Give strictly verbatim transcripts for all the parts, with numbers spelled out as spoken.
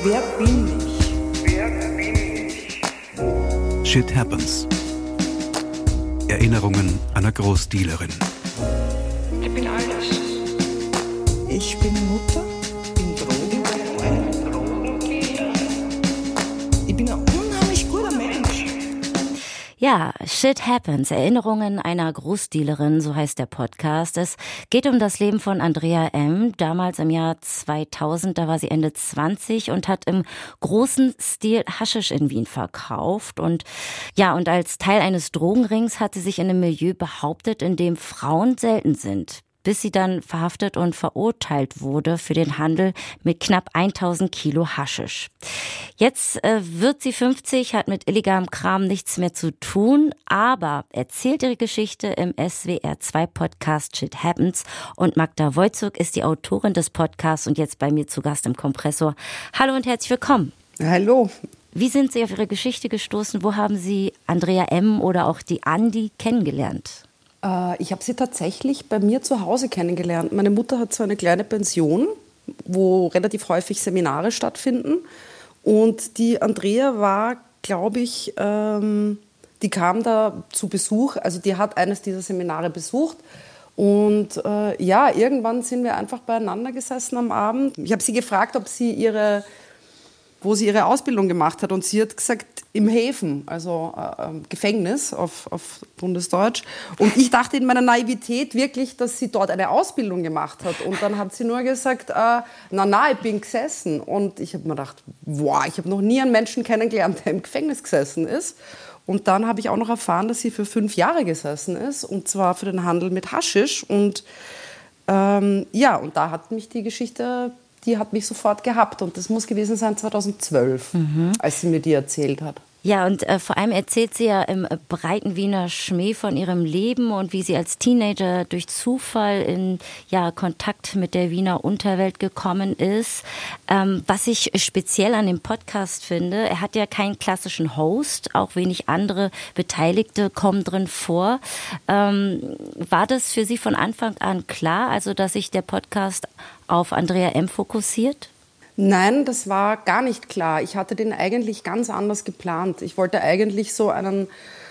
Wer bin ich? Wer bin ich? Shit Happens. Erinnerungen einer Großdealerin. Ich bin alles. Ich bin Mutter, bin Drogendealer. Ich bin ein unheimlich guter Mensch. Ja, Shit Happens, Erinnerungen einer Großdealerin, so heißt der Podcast. Es geht um das Leben von Andrea M., damals im Jahr zweitausend, da war sie Ende zwanzig und hat im großen Stil Haschisch in Wien verkauft. Und ja, und als Teil eines Drogenrings hat sie sich in einem Milieu behauptet, in dem Frauen selten sind, bis sie dann verhaftet und verurteilt wurde für den Handel mit knapp tausend Kilo Haschisch. Jetzt äh, wird sie fünfzig, hat mit illegalem Kram nichts mehr zu tun, aber erzählt ihre Geschichte im S W R zwei Podcast Shit Happens und Magda Wojcik ist die Autorin des Podcasts und jetzt bei mir zu Gast im Kompressor. Hallo und herzlich willkommen. Hallo. Wie sind Sie auf Ihre Geschichte gestoßen? Wo haben Sie Andrea M. oder auch die Andi kennengelernt? Ich habe sie tatsächlich bei mir zu Hause kennengelernt. Meine Mutter hat so eine kleine Pension, wo relativ häufig Seminare stattfinden. Und die Andrea war, glaube ich, ähm, die kam da zu Besuch. Also die hat eines dieser Seminare besucht. Und äh, ja, irgendwann sind wir einfach beieinander gesessen am Abend. Ich habe sie gefragt, ob sie ihre... wo sie ihre Ausbildung gemacht hat. Und sie hat gesagt, im Häfen, also äh, Gefängnis auf, auf Bundesdeutsch. Und ich dachte in meiner Naivität wirklich, dass sie dort eine Ausbildung gemacht hat. Und dann hat sie nur gesagt, äh, na, na, ich bin gesessen. Und ich habe mir gedacht, wow, ich habe noch nie einen Menschen kennengelernt, der im Gefängnis gesessen ist. Und dann habe ich auch noch erfahren, dass sie für fünf Jahre gesessen ist. Und zwar für den Handel mit Haschisch. Und ähm, ja, und da hat mich die Geschichte... die hat mich sofort gehabt und das muss gewesen sein zweitausendzwölf, mhm. als sie mir die erzählt hat. Ja, und äh, vor allem erzählt sie ja im äh, breiten Wiener Schmäh von ihrem Leben und wie sie als Teenager durch Zufall in ja, Kontakt mit der Wiener Unterwelt gekommen ist. Ähm, was ich speziell an dem Podcast finde, er hat ja keinen klassischen Host, auch wenig andere Beteiligte kommen drin vor. Ähm, war das für Sie von Anfang an klar, also dass sich der Podcast auf Andrea M. fokussiert? Nein, das war gar nicht klar. Ich hatte den eigentlich ganz anders geplant. Ich wollte eigentlich so einen,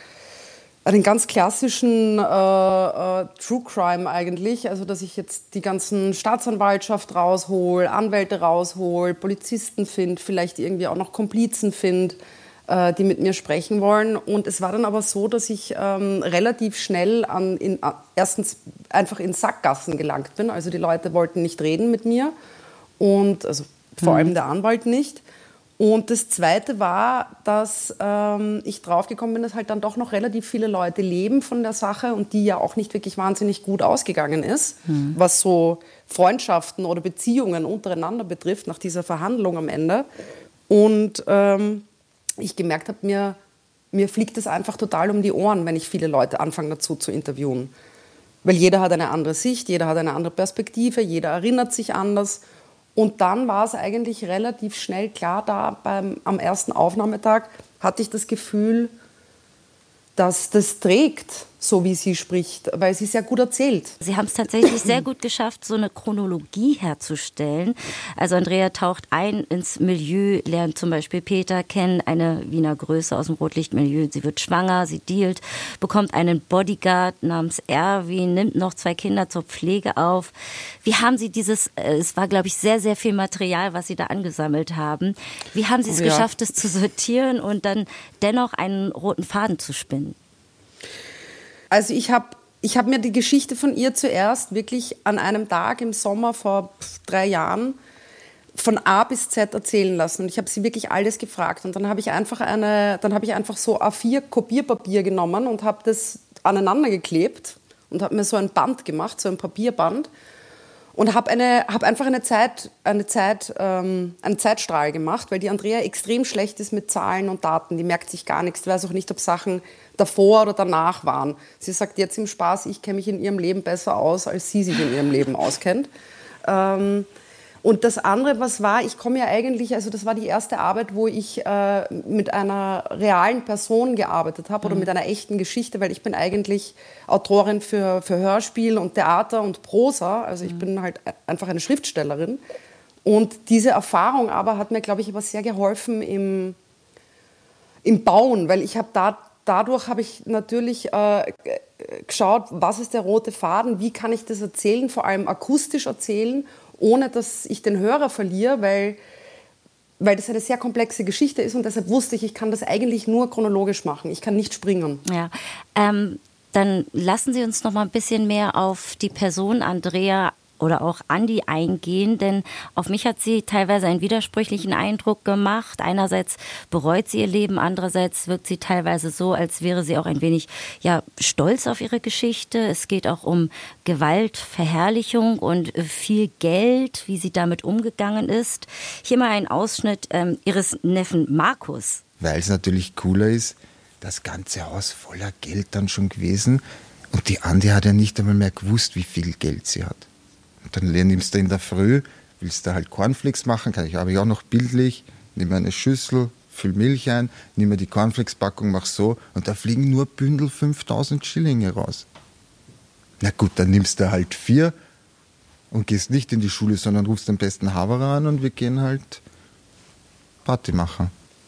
einen ganz klassischen äh, äh, True Crime eigentlich. Also, dass ich jetzt die ganzen Staatsanwaltschaft raushol, Anwälte raushol, Polizisten finde, vielleicht irgendwie auch noch Komplizen finde, äh, die mit mir sprechen wollen. Und es war dann aber so, dass ich ähm, relativ schnell an, in, äh, erstens einfach in Sackgassen gelangt bin. Also die Leute wollten nicht reden mit mir. Und also vor allem der Anwalt nicht. Und das Zweite war, dass ähm, ich draufgekommen bin, dass halt dann doch noch relativ viele Leute leben von der Sache und die ja auch nicht wirklich wahnsinnig gut ausgegangen ist, mhm. was so Freundschaften oder Beziehungen untereinander betrifft, nach dieser Verhandlung am Ende. Und ähm, ich gemerkt habe, mir, mir fliegt es einfach total um die Ohren, wenn ich viele Leute anfange dazu zu interviewen. Weil jeder hat eine andere Sicht, jeder hat eine andere Perspektive, jeder erinnert sich anders. Und dann war es eigentlich relativ schnell klar, da beim, am ersten Aufnahmetag hatte ich das Gefühl, dass das trägt, so wie sie spricht, weil sie sehr gut erzählt. Sie haben es tatsächlich sehr gut geschafft, so eine Chronologie herzustellen. Also Andrea taucht ein ins Milieu, lernt zum Beispiel Peter kennen, eine Wiener Größe aus dem Rotlichtmilieu. Sie wird schwanger, sie dealt, bekommt einen Bodyguard namens Erwin, nimmt noch zwei Kinder zur Pflege auf. Wie haben Sie dieses, es war glaube ich sehr, sehr viel Material, was Sie da angesammelt haben. Wie haben Sie es oh, ja. geschafft, es zu sortieren und dann dennoch einen roten Faden zu spinnen? Also ich habe ich hab mir die Geschichte von ihr zuerst wirklich an einem Tag im Sommer vor drei Jahren von A bis Z erzählen lassen. Und ich habe sie wirklich alles gefragt. Und dann habe ich einfach eine, dann habe ich einfach so A vier Kopierpapier genommen und habe das aneinander geklebt und habe mir so ein Band gemacht, so ein Papierband. Und habe eine, hab einfach eine Zeit, eine Zeit, ähm, einen Zeitstrahl gemacht, weil die Andrea extrem schlecht ist mit Zahlen und Daten. Die merkt sich gar nichts. Die weiß auch nicht, ob Sachen davor oder danach waren. Sie sagt jetzt im Spaß, ich kenne mich in ihrem Leben besser aus, als sie sich in ihrem Leben auskennt. Ähm, und das andere, was war, ich komme ja eigentlich, also das war die erste Arbeit, wo ich äh, mit einer realen Person gearbeitet habe oder mhm. mit einer echten Geschichte, weil ich bin eigentlich Autorin für, für Hörspiel und Theater und Prosa, also ich mhm. bin halt einfach eine Schriftstellerin. Und diese Erfahrung aber hat mir, glaube ich, aber sehr geholfen im, im Bauen, weil ich habe da, dadurch habe ich natürlich äh, geschaut, was ist der rote Faden, wie kann ich das erzählen, vor allem akustisch erzählen, ohne dass ich den Hörer verliere, weil, weil das eine sehr komplexe Geschichte ist und deshalb wusste ich, ich kann das eigentlich nur chronologisch machen, ich kann nicht springen. Ja, ähm, dann lassen Sie uns noch mal ein bisschen mehr auf die Person Andrea oder auch Andi eingehen, denn auf mich hat sie teilweise einen widersprüchlichen Eindruck gemacht. Einerseits bereut sie ihr Leben, andererseits wirkt sie teilweise so, als wäre sie auch ein wenig ja, stolz auf ihre Geschichte. Es geht auch um Gewaltverherrlichung und viel Geld, wie sie damit umgegangen ist. Hier mal ein Ausschnitt ähm, ihres Neffen Markus. Weil es natürlich cooler ist, das ganze Haus voller Geld dann schon gewesen und die Andi hat ja nicht einmal mehr gewusst, wie viel Geld sie hat. Und dann nimmst du in der Früh, willst du halt Cornflakes machen, kann ich aber auch noch bildlich, nimm eine Schüssel, füll Milch ein, nimm mir die Cornflakes-Packung, mach so und da fliegen nur Bündel fünftausend Schillinge raus. Na gut, dann nimmst du halt vier und gehst nicht in die Schule, sondern rufst den besten Haberer an und wir gehen halt Party machen.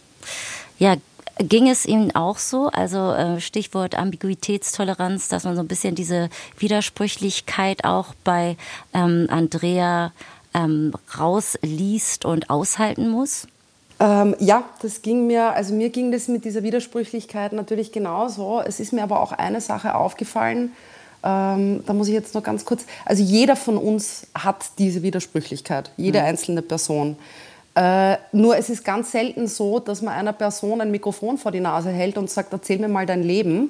Ja, ging es Ihnen auch so? Also Stichwort Ambiguitätstoleranz, dass man so ein bisschen diese Widersprüchlichkeit auch bei ähm, Andrea ähm, rausliest und aushalten muss? Ähm, ja, das ging mir, also mir ging das mit dieser Widersprüchlichkeit natürlich genauso. Es ist mir aber auch eine Sache aufgefallen, ähm, da muss ich jetzt noch ganz kurz, also jeder von uns hat diese Widersprüchlichkeit, jede mhm. einzelne Person. Äh, nur es ist ganz selten so, dass man einer Person ein Mikrofon vor die Nase hält und sagt, erzähl mir mal dein Leben.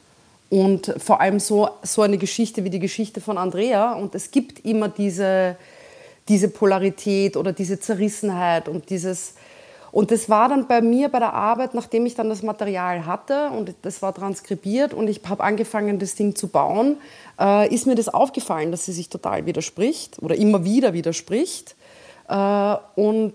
Und vor allem so, so eine Geschichte wie die Geschichte von Andrea. Und es gibt immer diese, diese Polarität oder diese Zerrissenheit und dieses... Und das war dann bei mir bei der Arbeit, nachdem ich dann das Material hatte und das war transkribiert und ich habe angefangen, das Ding zu bauen, äh, ist mir das aufgefallen, dass sie sich total widerspricht oder immer wieder widerspricht. Und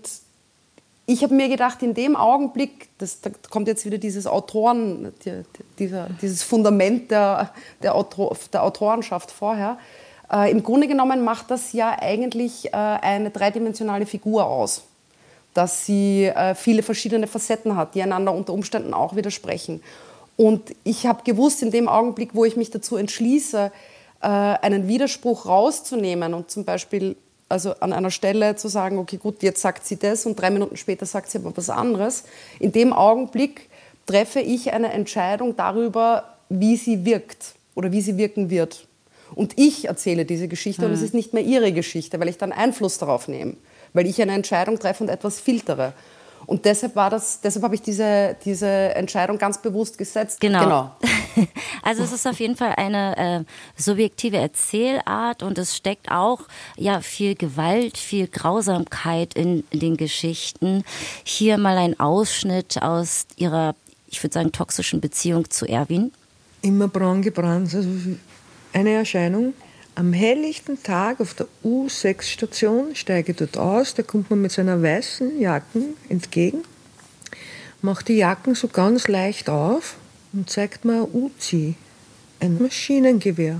ich habe mir gedacht, in dem Augenblick, das, da kommt jetzt wieder dieses Autoren, die, dieser, dieses Fundament der, der, Autor, der Autorenschaft vorher, äh, im Grunde genommen macht das ja eigentlich äh, eine dreidimensionale Figur aus, dass sie äh, viele verschiedene Facetten hat, die einander unter Umständen auch widersprechen. Und ich habe gewusst, in dem Augenblick, wo ich mich dazu entschließe, äh, einen Widerspruch rauszunehmen und zum Beispiel also an einer Stelle zu sagen, okay, gut, jetzt sagt sie das und drei Minuten später sagt sie aber was anderes. In dem Augenblick treffe ich eine Entscheidung darüber, wie sie wirkt oder wie sie wirken wird. Und ich erzähle diese Geschichte mhm. und es ist nicht mehr ihre Geschichte, weil ich dann Einfluss darauf nehme, weil ich eine Entscheidung treffe und etwas filtere. Und deshalb war das, deshalb habe ich diese, diese Entscheidung ganz bewusst gesetzt. Genau. genau. Also es ist auf jeden Fall eine äh, subjektive Erzählart und es steckt auch ja viel Gewalt, viel Grausamkeit in, in den Geschichten. Hier mal ein Ausschnitt aus ihrer, ich würde sagen, toxischen Beziehung zu Erwin. Immer braun gebrannt, also eine Erscheinung. Am helllichten Tag auf der U sechs Station steige ich dort aus, da kommt man mit seiner weißen Jacken entgegen, macht die Jacken so ganz leicht auf und zeigt mir ein Uzi, ein Maschinengewehr.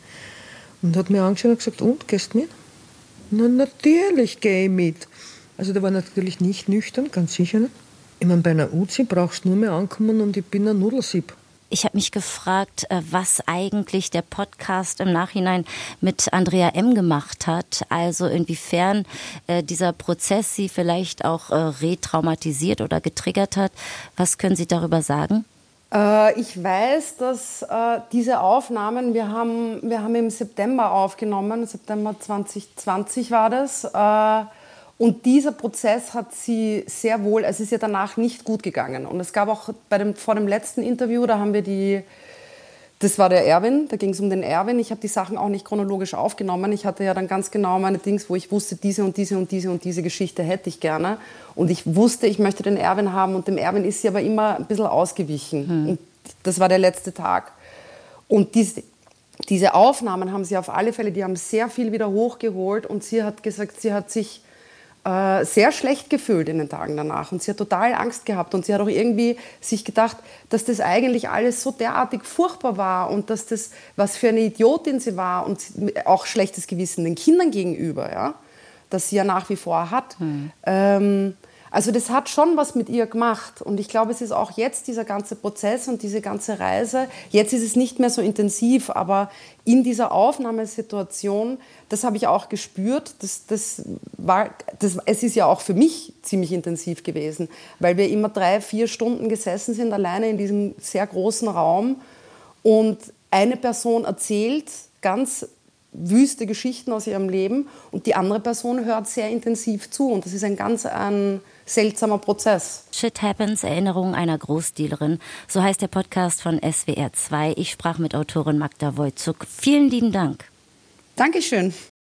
Und hat mir angeschaut und gesagt, und, gehst du mit? Na, natürlich gehe ich mit. Also der war natürlich nicht nüchtern, ganz sicher nicht. Ich meine, bei einer Uzi brauchst du nur mehr ankommen und ich bin ein Nudelsieb. Ich habe mich gefragt, was eigentlich der Podcast im Nachhinein mit Andrea M. gemacht hat. Also inwiefern äh, dieser Prozess sie vielleicht auch äh, retraumatisiert oder getriggert hat. Was können Sie darüber sagen? Äh, ich weiß, dass äh, diese Aufnahmen, wir haben, wir haben im September aufgenommen, September zwanzig zwanzig war das. Äh, Und dieser Prozess hat sie sehr wohl, es ist ja danach nicht gut gegangen. Und es gab auch bei dem, vor dem letzten Interview, da haben wir die, das war der Erwin, da ging es um den Erwin. Ich habe die Sachen auch nicht chronologisch aufgenommen. Ich hatte ja dann ganz genau meine Dings, wo ich wusste, diese und diese und diese und diese Geschichte hätte ich gerne. Und ich wusste, ich möchte den Erwin haben und dem Erwin ist sie aber immer ein bisschen ausgewichen. Hm. Und das war der letzte Tag. Und diese, diese Aufnahmen haben sie auf alle Fälle, die haben sehr viel wieder hochgeholt und sie hat gesagt, sie hat sich sehr schlecht gefühlt in den Tagen danach und sie hat total Angst gehabt und sie hat auch irgendwie sich gedacht, dass das eigentlich alles so derartig furchtbar war und dass das, was für eine Idiotin sie war und auch schlechtes Gewissen den Kindern gegenüber, ja, das sie ja nach wie vor hat. Mhm. Ähm, also das hat schon was mit ihr gemacht. Und ich glaube, es ist auch jetzt dieser ganze Prozess und diese ganze Reise, jetzt ist es nicht mehr so intensiv, aber in dieser Aufnahmesituation, das habe ich auch gespürt, das, das war, das, es ist ja auch für mich ziemlich intensiv gewesen, weil wir immer drei, vier Stunden gesessen sind, alleine in diesem sehr großen Raum und eine Person erzählt ganz wüste Geschichten aus ihrem Leben und die andere Person hört sehr intensiv zu und das ist ein ganz ein seltsamer Prozess. Shit Happens, Erinnerungen einer Großdealerin, so heißt der Podcast von S W R zwei. Ich sprach mit Autorin Magda Wojcuk. Vielen lieben Dank. Dankeschön.